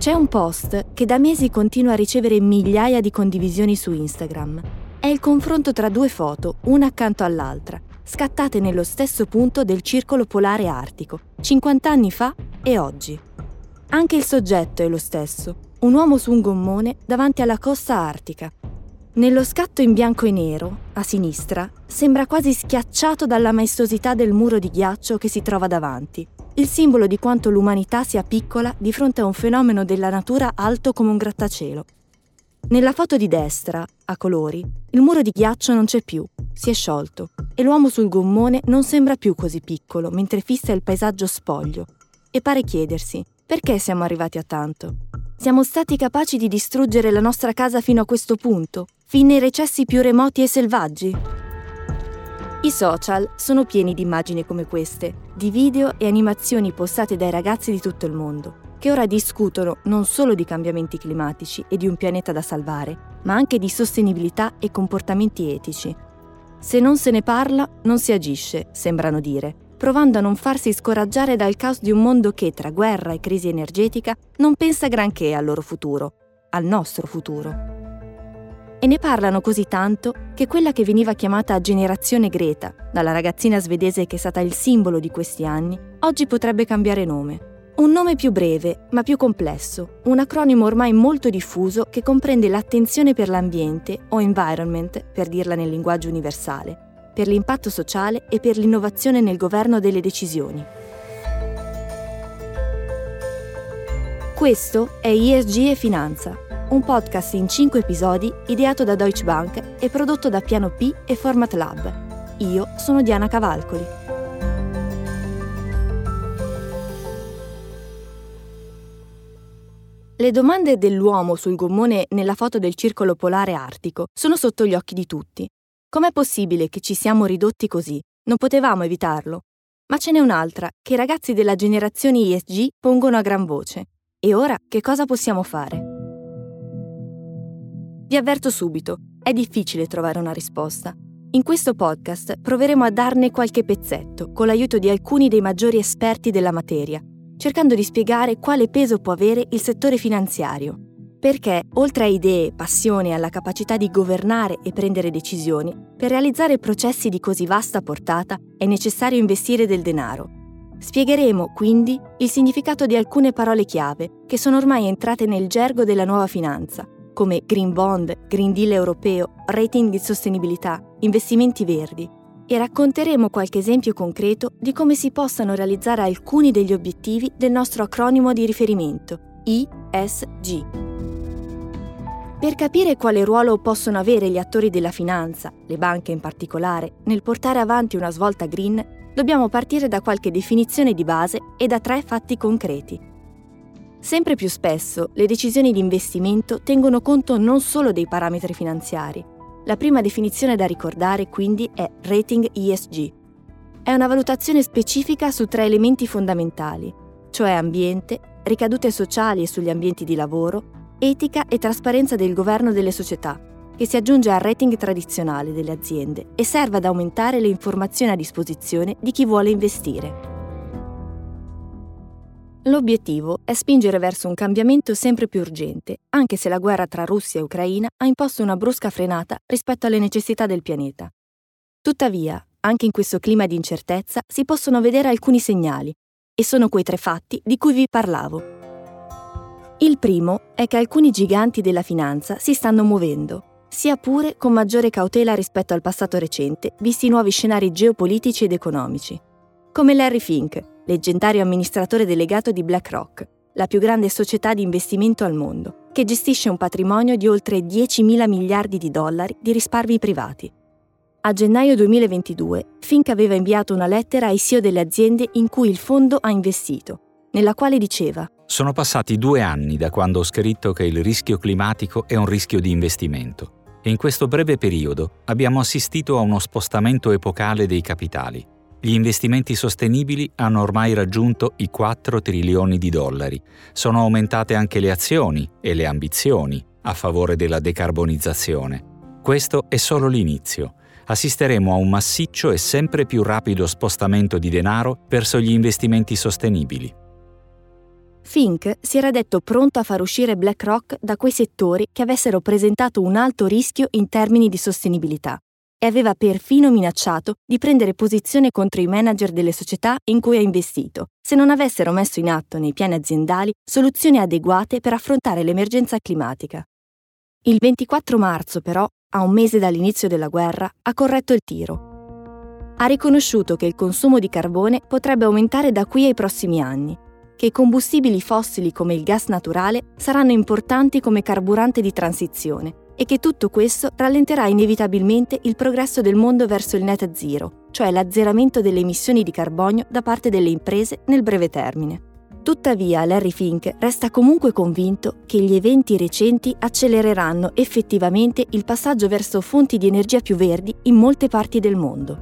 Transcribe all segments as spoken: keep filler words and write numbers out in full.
C'è un post che da mesi continua a ricevere migliaia di condivisioni su Instagram. È il confronto tra due foto, una accanto all'altra, scattate nello stesso punto del circolo polare artico, cinquanta anni fa e oggi. Anche il soggetto è lo stesso, un uomo su un gommone davanti alla costa artica. Nello scatto in bianco e nero, a sinistra, sembra quasi schiacciato dalla maestosità del muro di ghiaccio che si trova davanti, il simbolo di quanto l'umanità sia piccola di fronte a un fenomeno della natura alto come un grattacielo. Nella foto di destra, a colori, il muro di ghiaccio non c'è più, si è sciolto, e l'uomo sul gommone non sembra più così piccolo mentre fissa il paesaggio spoglio. E pare chiedersi, perché siamo arrivati a tanto? Siamo stati capaci di distruggere la nostra casa fino a questo punto, fin nei recessi più remoti e selvaggi? I social sono pieni di immagini come queste, di video e animazioni postate dai ragazzi di tutto il mondo, che ora discutono non solo di cambiamenti climatici e di un pianeta da salvare, ma anche di sostenibilità e comportamenti etici. Se non se ne parla, non si agisce, sembrano dire, provando a non farsi scoraggiare dal caos di un mondo che, tra guerra e crisi energetica, non pensa granché al loro futuro, al nostro futuro. E ne parlano così tanto che quella che veniva chiamata Generazione Greta, dalla ragazzina svedese che è stata il simbolo di questi anni, oggi potrebbe cambiare nome. Un nome più breve, ma più complesso, un acronimo ormai molto diffuso che comprende l'attenzione per l'ambiente, o environment, per dirla nel linguaggio universale, per l'impatto sociale e per l'innovazione nel governo delle decisioni. Questo è E S G e Finanza, un podcast in cinque episodi ideato da Deutsche Bank e prodotto da Piano P e Format Lab. Io sono Diana Cavalcoli. Le domande dell'uomo sul gommone nella foto del circolo polare artico sono sotto gli occhi di tutti. Com'è possibile che ci siamo ridotti così? Non potevamo evitarlo. Ma ce n'è un'altra che i ragazzi della generazione E S G pongono a gran voce. E ora che cosa possiamo fare? Vi avverto subito, è difficile trovare una risposta. In questo podcast proveremo a darne qualche pezzetto con l'aiuto di alcuni dei maggiori esperti della materia, cercando di spiegare quale peso può avere il settore finanziario. Perché, oltre a idee, passione e alla capacità di governare e prendere decisioni, per realizzare processi di così vasta portata è necessario investire del denaro. Spiegheremo, quindi, il significato di alcune parole chiave che sono ormai entrate nel gergo della nuova finanza, come Green Bond, Green Deal europeo, rating di sostenibilità, investimenti verdi, e racconteremo qualche esempio concreto di come si possano realizzare alcuni degli obiettivi del nostro acronimo di riferimento, E S G. Per capire quale ruolo possono avere gli attori della finanza, le banche in particolare, nel portare avanti una svolta green, dobbiamo partire da qualche definizione di base e da tre fatti concreti. Sempre più spesso le decisioni di investimento tengono conto non solo dei parametri finanziari. La prima definizione da ricordare quindi è rating E S G. È una valutazione specifica su tre elementi fondamentali, cioè ambiente, ricadute sociali e sugli ambienti di lavoro, etica e trasparenza del governo delle società, che si aggiunge al rating tradizionale delle aziende e serve ad aumentare le informazioni a disposizione di chi vuole investire. L'obiettivo è spingere verso un cambiamento sempre più urgente, anche se la guerra tra Russia e Ucraina ha imposto una brusca frenata rispetto alle necessità del pianeta. Tuttavia, anche in questo clima di incertezza si possono vedere alcuni segnali, e sono quei tre fatti di cui vi parlavo. Il primo è che alcuni giganti della finanza si stanno muovendo, sia pure con maggiore cautela rispetto al passato recente, visti i nuovi scenari geopolitici ed economici. Come Larry Fink, leggendario amministratore delegato di BlackRock, la più grande società di investimento al mondo, che gestisce un patrimonio di oltre diecimila miliardi di dollari di risparmi privati. A gennaio duemilaventidue, Fink aveva inviato una lettera ai C E O delle aziende in cui il fondo ha investito, nella quale diceva: Sono passati due anni da quando ho scritto che il rischio climatico è un rischio di investimento e in questo breve periodo abbiamo assistito a uno spostamento epocale dei capitali. Gli investimenti sostenibili hanno ormai raggiunto i quattro trilioni di dollari. Sono aumentate anche le azioni e le ambizioni a favore della decarbonizzazione. Questo è solo l'inizio. Assisteremo a un massiccio e sempre più rapido spostamento di denaro verso gli investimenti sostenibili. Fink si era detto pronto a far uscire BlackRock da quei settori che avessero presentato un alto rischio in termini di sostenibilità e aveva perfino minacciato di prendere posizione contro i manager delle società in cui ha investito, se non avessero messo in atto nei piani aziendali soluzioni adeguate per affrontare l'emergenza climatica. Il ventiquattro marzo, però, a un mese dall'inizio della guerra, ha corretto il tiro. Ha riconosciuto che il consumo di carbone potrebbe aumentare da qui ai prossimi anni, che i combustibili fossili come il gas naturale saranno importanti come carburante di transizione e che tutto questo rallenterà inevitabilmente il progresso del mondo verso il net zero, cioè l'azzeramento delle emissioni di carbonio da parte delle imprese nel breve termine. Tuttavia, Larry Fink resta comunque convinto che gli eventi recenti accelereranno effettivamente il passaggio verso fonti di energia più verdi in molte parti del mondo.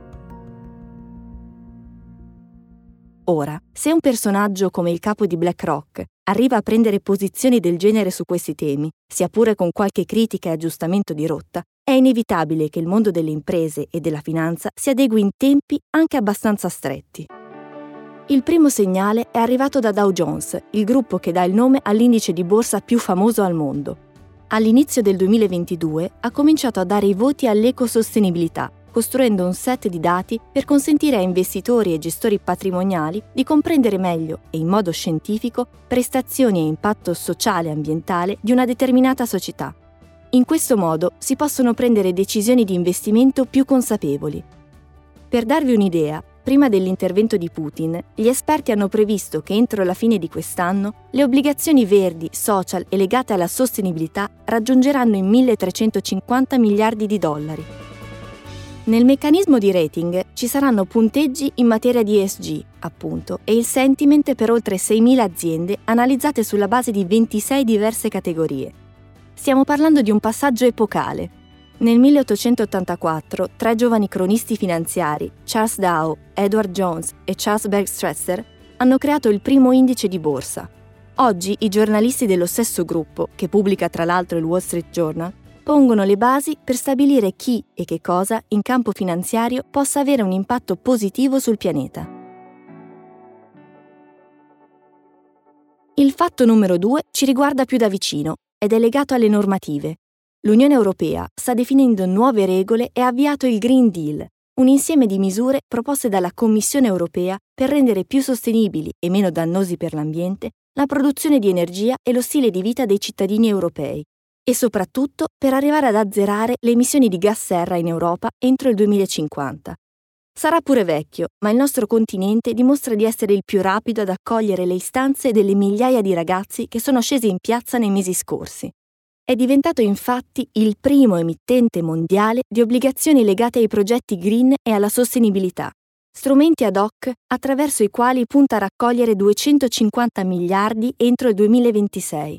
Ora, se un personaggio come il capo di BlackRock arriva a prendere posizioni del genere su questi temi, sia pure con qualche critica e aggiustamento di rotta, è inevitabile che il mondo delle imprese e della finanza si adegui in tempi anche abbastanza stretti. Il primo segnale è arrivato da Dow Jones, il gruppo che dà il nome all'indice di borsa più famoso al mondo. All'inizio del duemilaventidue ha cominciato a dare i voti all'ecosostenibilità, costruendo un set di dati per consentire a investitori e gestori patrimoniali di comprendere meglio e in modo scientifico prestazioni e impatto sociale e ambientale di una determinata società. In questo modo si possono prendere decisioni di investimento più consapevoli. Per darvi un'idea, prima dell'intervento di Putin, gli esperti hanno previsto che entro la fine di quest'anno le obbligazioni verdi, social e legate alla sostenibilità raggiungeranno i milletrecentocinquanta miliardi di dollari. Nel meccanismo di rating ci saranno punteggi in materia di E S G, appunto, e il sentiment per oltre seimila aziende analizzate sulla base di ventisei diverse categorie. Stiamo parlando di un passaggio epocale. Nel milleottocentottantaquattro, tre giovani cronisti finanziari, Charles Dow, Edward Jones e Charles Bergstresser, hanno creato il primo indice di borsa. Oggi i giornalisti dello stesso gruppo, che pubblica tra l'altro il Wall Street Journal, pongono le basi per stabilire chi e che cosa in campo finanziario possa avere un impatto positivo sul pianeta. Il fatto numero due ci riguarda più da vicino ed è legato alle normative. L'Unione Europea sta definendo nuove regole e ha avviato il Green Deal, un insieme di misure proposte dalla Commissione Europea per rendere più sostenibili e meno dannosi per l'ambiente la produzione di energia e lo stile di vita dei cittadini europei, e soprattutto per arrivare ad azzerare le emissioni di gas serra in Europa entro il duemilacinquanta. Sarà pure vecchio, ma il nostro continente dimostra di essere il più rapido ad accogliere le istanze delle migliaia di ragazzi che sono scesi in piazza nei mesi scorsi. È diventato infatti il primo emittente mondiale di obbligazioni legate ai progetti green e alla sostenibilità, strumenti ad hoc attraverso i quali punta a raccogliere duecentocinquanta miliardi entro il duemilaventisei.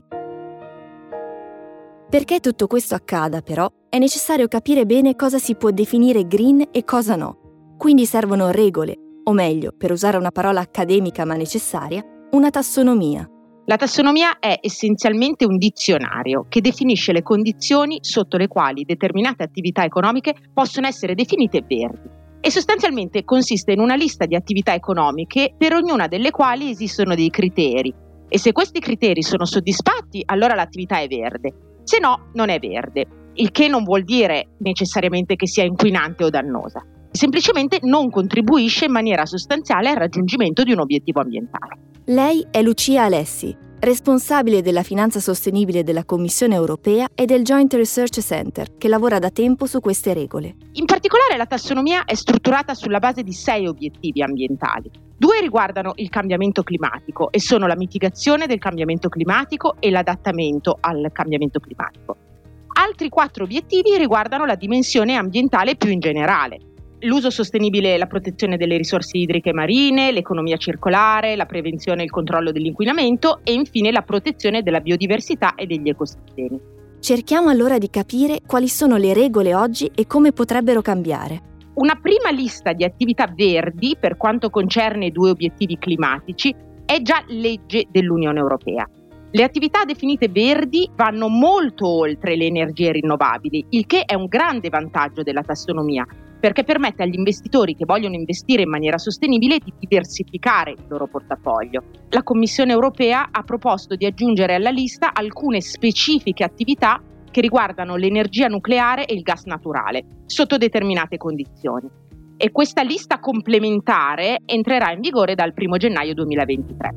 Perché tutto questo accada, però, è necessario capire bene cosa si può definire green e cosa no. Quindi servono regole, o meglio, per usare una parola accademica ma necessaria, una tassonomia. La tassonomia è essenzialmente un dizionario che definisce le condizioni sotto le quali determinate attività economiche possono essere definite verdi e sostanzialmente consiste in una lista di attività economiche per ognuna delle quali esistono dei criteri e se questi criteri sono soddisfatti allora l'attività è verde, se no non è verde, il che non vuol dire necessariamente che sia inquinante o dannosa, semplicemente non contribuisce in maniera sostanziale al raggiungimento di un obiettivo ambientale. Lei è Lucia Alessi, responsabile della finanza sostenibile della Commissione Europea e del Joint Research Center, che lavora da tempo su queste regole. In particolare la tassonomia è strutturata sulla base di sei obiettivi ambientali. Due riguardano il cambiamento climatico e sono la mitigazione del cambiamento climatico e l'adattamento al cambiamento climatico. Altri quattro obiettivi riguardano la dimensione ambientale più in generale. L'uso sostenibile e la protezione delle risorse idriche marine, l'economia circolare, la prevenzione e il controllo dell'inquinamento e infine la protezione della biodiversità e degli ecosistemi. Cerchiamo allora di capire quali sono le regole oggi e come potrebbero cambiare. Una prima lista di attività verdi per quanto concerne i due obiettivi climatici è già legge dell'Unione Europea. Le attività definite verdi vanno molto oltre le energie rinnovabili, il che è un grande vantaggio della tassonomia, perché permette agli investitori che vogliono investire in maniera sostenibile di diversificare il loro portafoglio. La Commissione europea ha proposto di aggiungere alla lista alcune specifiche attività che riguardano l'energia nucleare e il gas naturale, sotto determinate condizioni. E questa lista complementare entrerà in vigore dal primo gennaio duemilaventitré.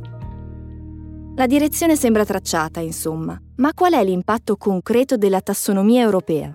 La direzione sembra tracciata, insomma, ma qual è l'impatto concreto della tassonomia europea?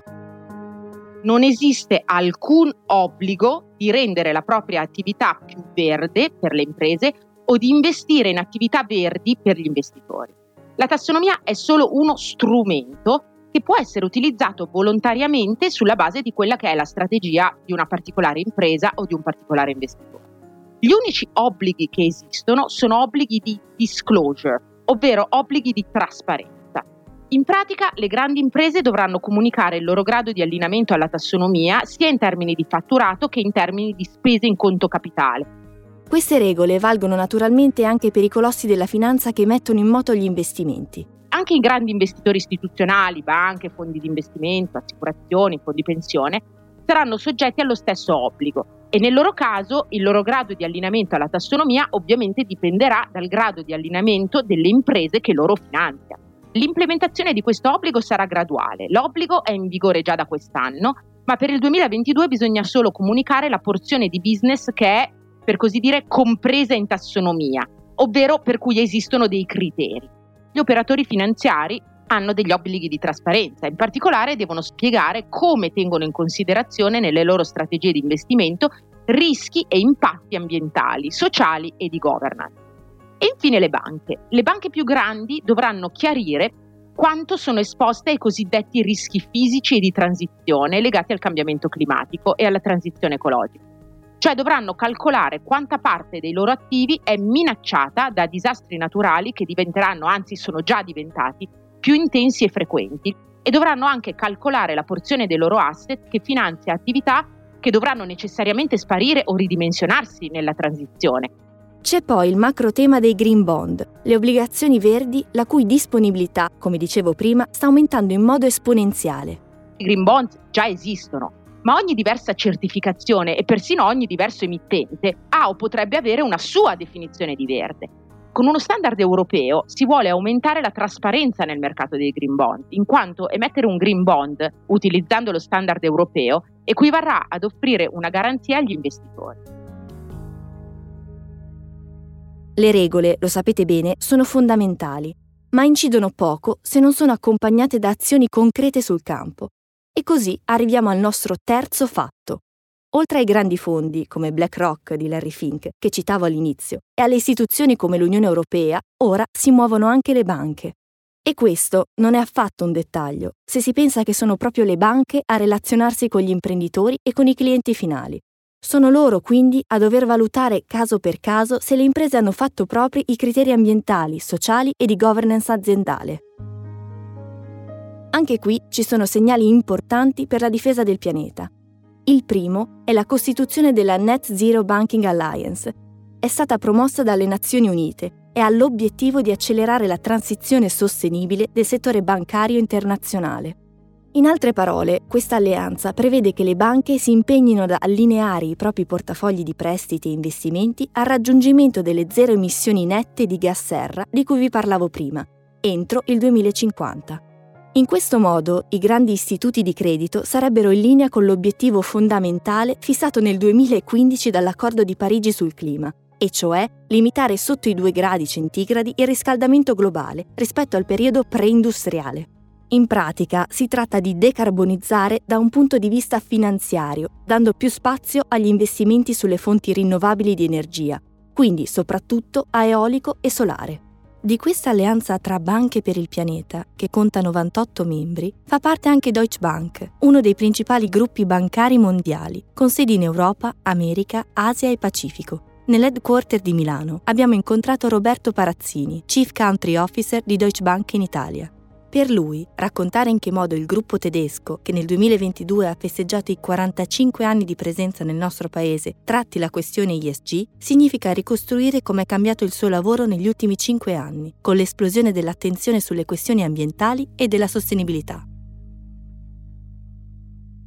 Non esiste alcun obbligo di rendere la propria attività più verde per le imprese o di investire in attività verdi per gli investitori. La tassonomia è solo uno strumento che può essere utilizzato volontariamente sulla base di quella che è la strategia di una particolare impresa o di un particolare investitore. Gli unici obblighi che esistono sono obblighi di disclosure, ovvero obblighi di trasparenza. In pratica, le grandi imprese dovranno comunicare il loro grado di allineamento alla tassonomia sia in termini di fatturato che in termini di spese in conto capitale. Queste regole valgono naturalmente anche per i colossi della finanza che mettono in moto gli investimenti. Anche i grandi investitori istituzionali, banche, fondi di investimento, assicurazioni, fondi pensione, saranno soggetti allo stesso obbligo e nel loro caso il loro grado di allineamento alla tassonomia ovviamente dipenderà dal grado di allineamento delle imprese che loro finanziano. L'implementazione di questo obbligo sarà graduale. L'obbligo è in vigore già da quest'anno, ma per il duemilaventidue bisogna solo comunicare la porzione di business che è, per così dire, compresa in tassonomia, ovvero per cui esistono dei criteri. Gli operatori finanziari hanno degli obblighi di trasparenza, in particolare devono spiegare come tengono in considerazione nelle loro strategie di investimento rischi e impatti ambientali, sociali e di governance. E infine le banche. Le banche più grandi dovranno chiarire quanto sono esposte ai cosiddetti rischi fisici e di transizione legati al cambiamento climatico e alla transizione ecologica. Cioè dovranno calcolare quanta parte dei loro attivi è minacciata da disastri naturali che diventeranno, anzi sono già diventati, più intensi e frequenti e dovranno anche calcolare la porzione dei loro asset che finanzia attività che dovranno necessariamente sparire o ridimensionarsi nella transizione. C'è poi il macro tema dei green bond, le obbligazioni verdi la cui disponibilità, come dicevo prima, sta aumentando in modo esponenziale. I green bond già esistono, ma ogni diversa certificazione e persino ogni diverso emittente ha o potrebbe avere una sua definizione di verde. Con uno standard europeo si vuole aumentare la trasparenza nel mercato dei green bond, in quanto emettere un green bond, utilizzando lo standard europeo, equivarrà ad offrire una garanzia agli investitori. Le regole, lo sapete bene, sono fondamentali, ma incidono poco se non sono accompagnate da azioni concrete sul campo. E così arriviamo al nostro terzo fatto. Oltre ai grandi fondi, come BlackRock di Larry Fink, che citavo all'inizio, e alle istituzioni come l'Unione Europea, ora si muovono anche le banche. E questo non è affatto un dettaglio, se si pensa che sono proprio le banche a relazionarsi con gli imprenditori e con i clienti finali. Sono loro quindi a dover valutare caso per caso se le imprese hanno fatto propri i criteri ambientali, sociali e di governance aziendale. Anche qui ci sono segnali importanti per la difesa del pianeta. Il primo è la costituzione della Net Zero Banking Alliance. È stata promossa dalle Nazioni Unite e ha l'obiettivo di accelerare la transizione sostenibile del settore bancario internazionale. In altre parole, questa alleanza prevede che le banche si impegnino ad allineare i propri portafogli di prestiti e investimenti al raggiungimento delle zero emissioni nette di gas serra di cui vi parlavo prima, entro il duemilacinquanta. In questo modo, i grandi istituti di credito sarebbero in linea con l'obiettivo fondamentale fissato nel duemilaquindici dall'Accordo di Parigi sul clima, e cioè limitare sotto i due gradi centigradi il riscaldamento globale rispetto al periodo preindustriale. In pratica si tratta di decarbonizzare da un punto di vista finanziario, dando più spazio agli investimenti sulle fonti rinnovabili di energia, quindi soprattutto a eolico e solare. Di questa alleanza tra banche per il pianeta, che conta novantotto membri, fa parte anche Deutsche Bank, uno dei principali gruppi bancari mondiali, con sedi in Europa, America, Asia e Pacifico. Nell'headquarter di Milano abbiamo incontrato Roberto Parazzini, Chief Country Officer di Deutsche Bank in Italia. Per lui, raccontare in che modo il gruppo tedesco, che nel duemilaventidue ha festeggiato i quarantacinque anni di presenza nel nostro paese, tratti la questione E S G, significa ricostruire come è cambiato il suo lavoro negli ultimi cinque anni, con l'esplosione dell'attenzione sulle questioni ambientali e della sostenibilità.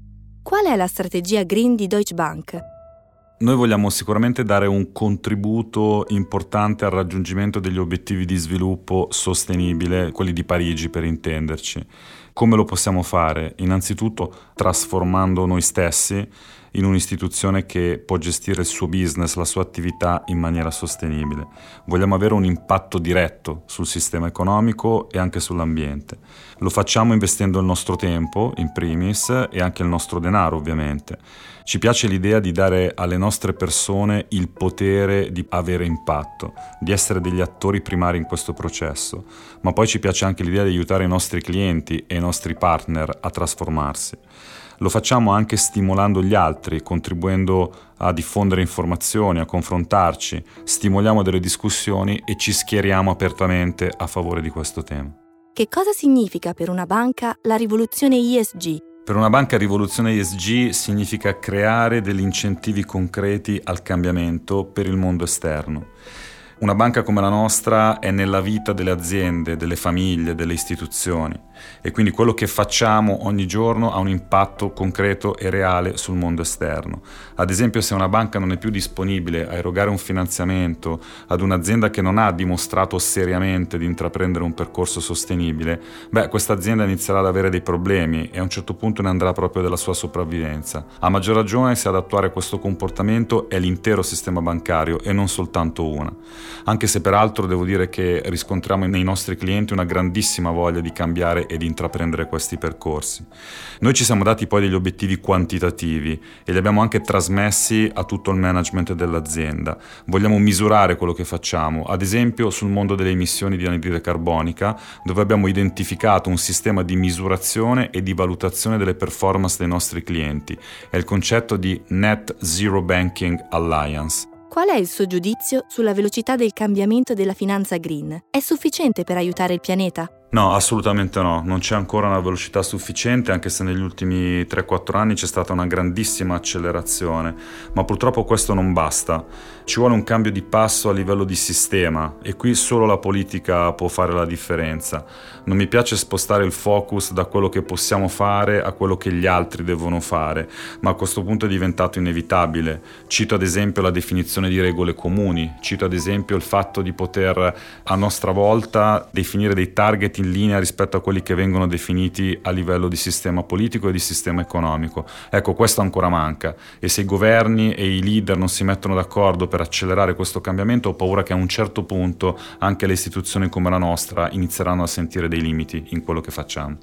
Qual è la strategia green di Deutsche Bank? Noi vogliamo sicuramente dare un contributo importante al raggiungimento degli obiettivi di sviluppo sostenibile, quelli di Parigi per intenderci. Come lo possiamo fare? Innanzitutto trasformando noi stessi in un'istituzione che può gestire il suo business, la sua attività in maniera sostenibile. Vogliamo avere un impatto diretto sul sistema economico e anche sull'ambiente. Lo facciamo investendo il nostro tempo, in primis, e anche il nostro denaro, ovviamente. Ci piace l'idea di dare alle nostre persone il potere di avere impatto, di essere degli attori primari in questo processo, ma poi ci piace anche l'idea di aiutare i nostri clienti e i nostri partner a trasformarsi. Lo facciamo anche stimolando gli altri, contribuendo a diffondere informazioni, a confrontarci, stimoliamo delle discussioni e ci schieriamo apertamente a favore di questo tema. Che cosa significa per una banca la rivoluzione E S G? Per una banca rivoluzione E S G significa creare degli incentivi concreti al cambiamento per il mondo esterno. Una banca come la nostra è nella vita delle aziende, delle famiglie, delle istituzioni e quindi quello che facciamo ogni giorno ha un impatto concreto e reale sul mondo esterno. Ad esempio, se una banca non è più disponibile a erogare un finanziamento ad un'azienda che non ha dimostrato seriamente di intraprendere un percorso sostenibile, beh, questa azienda inizierà ad avere dei problemi e a un certo punto ne andrà proprio della sua sopravvivenza. A maggior ragione se ad attuare questo comportamento è l'intero sistema bancario e non soltanto una. Anche se peraltro devo dire che riscontriamo nei nostri clienti una grandissima voglia di cambiare e di intraprendere questi percorsi. Noi ci siamo dati poi degli obiettivi quantitativi e li abbiamo anche trasmessi a tutto il management dell'azienda. Vogliamo misurare quello che facciamo, ad esempio sul mondo delle emissioni di anidride carbonica, dove abbiamo identificato un sistema di misurazione e di valutazione delle performance dei nostri clienti. È il concetto di Net Zero Banking Alliance. Qual è il suo giudizio sulla velocità del cambiamento della finanza green? È sufficiente per aiutare il pianeta? No, assolutamente no, non c'è ancora una velocità sufficiente, anche se negli ultimi tre quattro anni c'è stata una grandissima accelerazione, ma purtroppo questo non basta. Ci vuole un cambio di passo a livello di sistema e qui solo la politica può fare la differenza. Non mi piace spostare il focus da quello che possiamo fare a quello che gli altri devono fare, ma a questo punto è diventato inevitabile. Cito ad esempio la definizione di regole comuni, cito ad esempio il fatto di poter a nostra volta definire dei target in linea rispetto a quelli che vengono definiti a livello di sistema politico e di sistema economico. Ecco, questo ancora manca e se i governi e i leader non si mettono d'accordo per accelerare questo cambiamento, ho paura che a un certo punto anche le istituzioni come la nostra inizieranno a sentire dei limiti in quello che facciamo.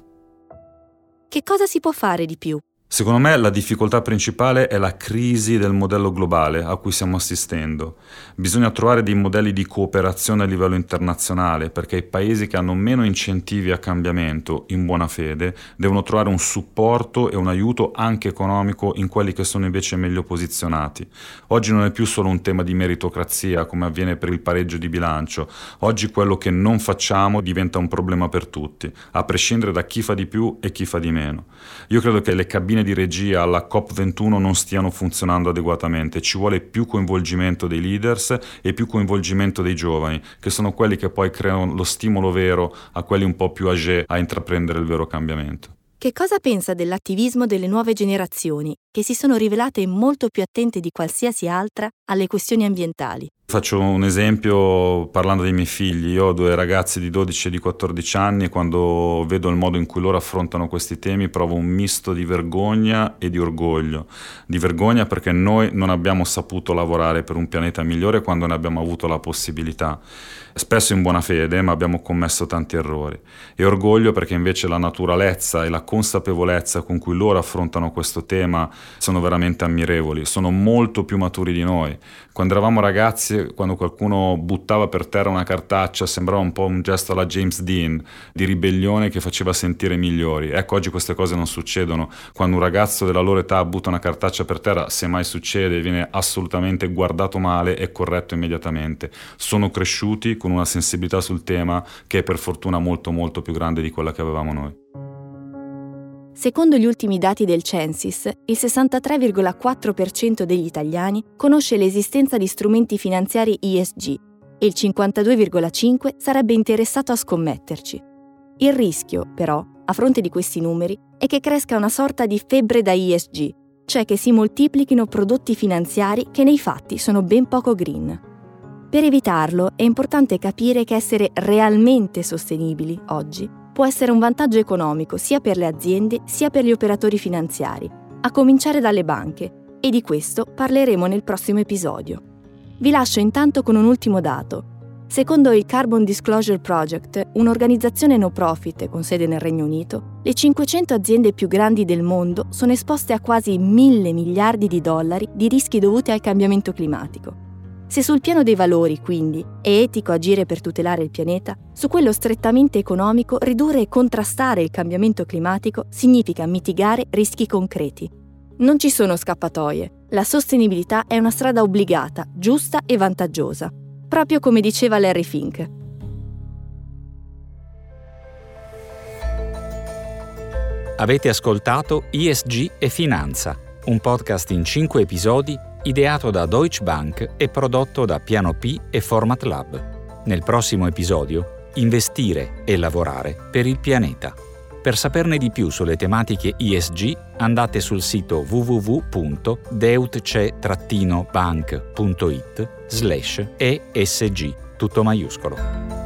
Che cosa si può fare di più? Secondo me la difficoltà principale è la crisi del modello globale a cui stiamo assistendo. Bisogna trovare dei modelli di cooperazione a livello internazionale perché i paesi che hanno meno incentivi a cambiamento in buona fede devono trovare un supporto e un aiuto anche economico in quelli che sono invece meglio posizionati. Oggi non è più solo un tema di meritocrazia come avviene per il pareggio di bilancio. Oggi quello che non facciamo diventa un problema per tutti, a prescindere da chi fa di più e chi fa di meno. Io credo che le cabine di regia alla COP ventuno non stiano funzionando adeguatamente, ci vuole più coinvolgimento dei leaders e più coinvolgimento dei giovani, che sono quelli che poi creano lo stimolo vero a quelli un po' più âgés a intraprendere il vero cambiamento. Che cosa pensa dell'attivismo delle nuove generazioni, che si sono rivelate molto più attente di qualsiasi altra alle questioni ambientali? Faccio un esempio parlando dei miei figli. Io ho due ragazzi di dodici e di quattordici anni e quando vedo il modo in cui loro affrontano questi temi provo un misto di vergogna e di orgoglio. Di vergogna perché noi non abbiamo saputo lavorare per un pianeta migliore quando ne abbiamo avuto la possibilità. Spesso in buona fede, ma abbiamo commesso tanti errori. E orgoglio perché invece la naturalezza e la consapevolezza con cui loro affrontano questo tema sono veramente ammirevoli, sono molto più maturi di noi. Quando eravamo ragazzi, quando qualcuno buttava per terra una cartaccia, sembrava un po' un gesto alla James Dean, di ribellione che faceva sentire migliori. Ecco, oggi queste cose non succedono. Quando un ragazzo della loro età butta una cartaccia per terra, se mai succede, viene assolutamente guardato male e corretto immediatamente. Sono cresciuti con una sensibilità sul tema che è per fortuna molto molto più grande di quella che avevamo noi. Secondo gli ultimi dati del Censis, il sessantatré virgola quattro per cento degli italiani conosce l'esistenza di strumenti finanziari E S G e il cinquantadue virgola cinque per cento sarebbe interessato a scommetterci. Il rischio, però, a fronte di questi numeri, è che cresca una sorta di febbre da E S G, cioè che si moltiplichino prodotti finanziari che nei fatti sono ben poco green. Per evitarlo è importante capire che essere realmente sostenibili oggi può essere un vantaggio economico sia per le aziende sia per gli operatori finanziari, a cominciare dalle banche, e di questo parleremo nel prossimo episodio. Vi lascio intanto con un ultimo dato. Secondo il Carbon Disclosure Project, un'organizzazione no profit con sede nel Regno Unito, le cinquecento aziende più grandi del mondo sono esposte a quasi mille miliardi di dollari di rischi dovuti al cambiamento climatico. Se sul piano dei valori, quindi, è etico agire per tutelare il pianeta, su quello strettamente economico ridurre e contrastare il cambiamento climatico significa mitigare rischi concreti. Non ci sono scappatoie. La sostenibilità è una strada obbligata, giusta e vantaggiosa. Proprio come diceva Larry Fink. Avete ascoltato E S G e Finanza, un podcast in cinque episodi ideato da Deutsche Bank e prodotto da Piano P e Format Lab. Nel prossimo episodio, investire e lavorare per il pianeta. Per saperne di più sulle tematiche E S G, andate sul sito w w w punto deutsche bank punto it slash E S G, tutto maiuscolo.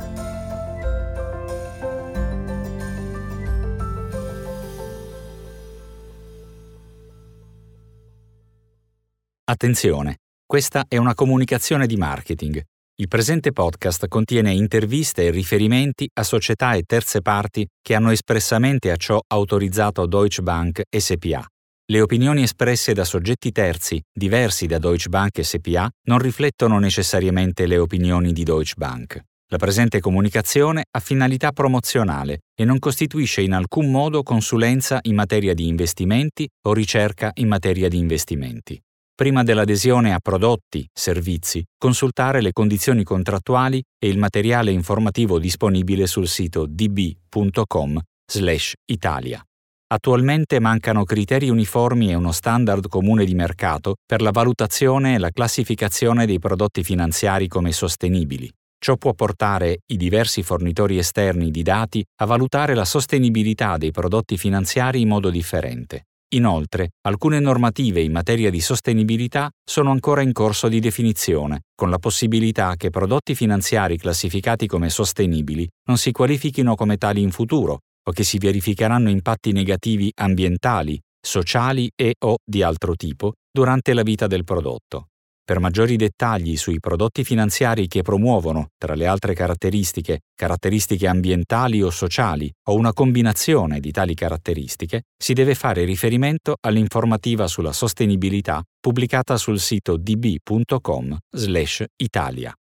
Attenzione, questa è una comunicazione di marketing. Il presente podcast contiene interviste e riferimenti a società e terze parti che hanno espressamente a ciò autorizzato Deutsche Bank S P A. Le opinioni espresse da soggetti terzi, diversi da Deutsche Bank S P A, non riflettono necessariamente le opinioni di Deutsche Bank. La presente comunicazione ha finalità promozionale e non costituisce in alcun modo consulenza in materia di investimenti o ricerca in materia di investimenti. Prima dell'adesione a prodotti, servizi, consultare le condizioni contrattuali e il materiale informativo disponibile sul sito d b punto com slash italia. Attualmente mancano criteri uniformi e uno standard comune di mercato per la valutazione e la classificazione dei prodotti finanziari come sostenibili. Ciò può portare i diversi fornitori esterni di dati a valutare la sostenibilità dei prodotti finanziari in modo differente. Inoltre, alcune normative in materia di sostenibilità sono ancora in corso di definizione, con la possibilità che prodotti finanziari classificati come sostenibili non si qualifichino come tali in futuro o che si verificheranno impatti negativi ambientali, sociali e o di altro tipo durante la vita del prodotto. Per maggiori dettagli sui prodotti finanziari che promuovono, tra le altre caratteristiche, caratteristiche ambientali o sociali o una combinazione di tali caratteristiche, si deve fare riferimento all'informativa sulla sostenibilità pubblicata sul sito d b punto com slash italia.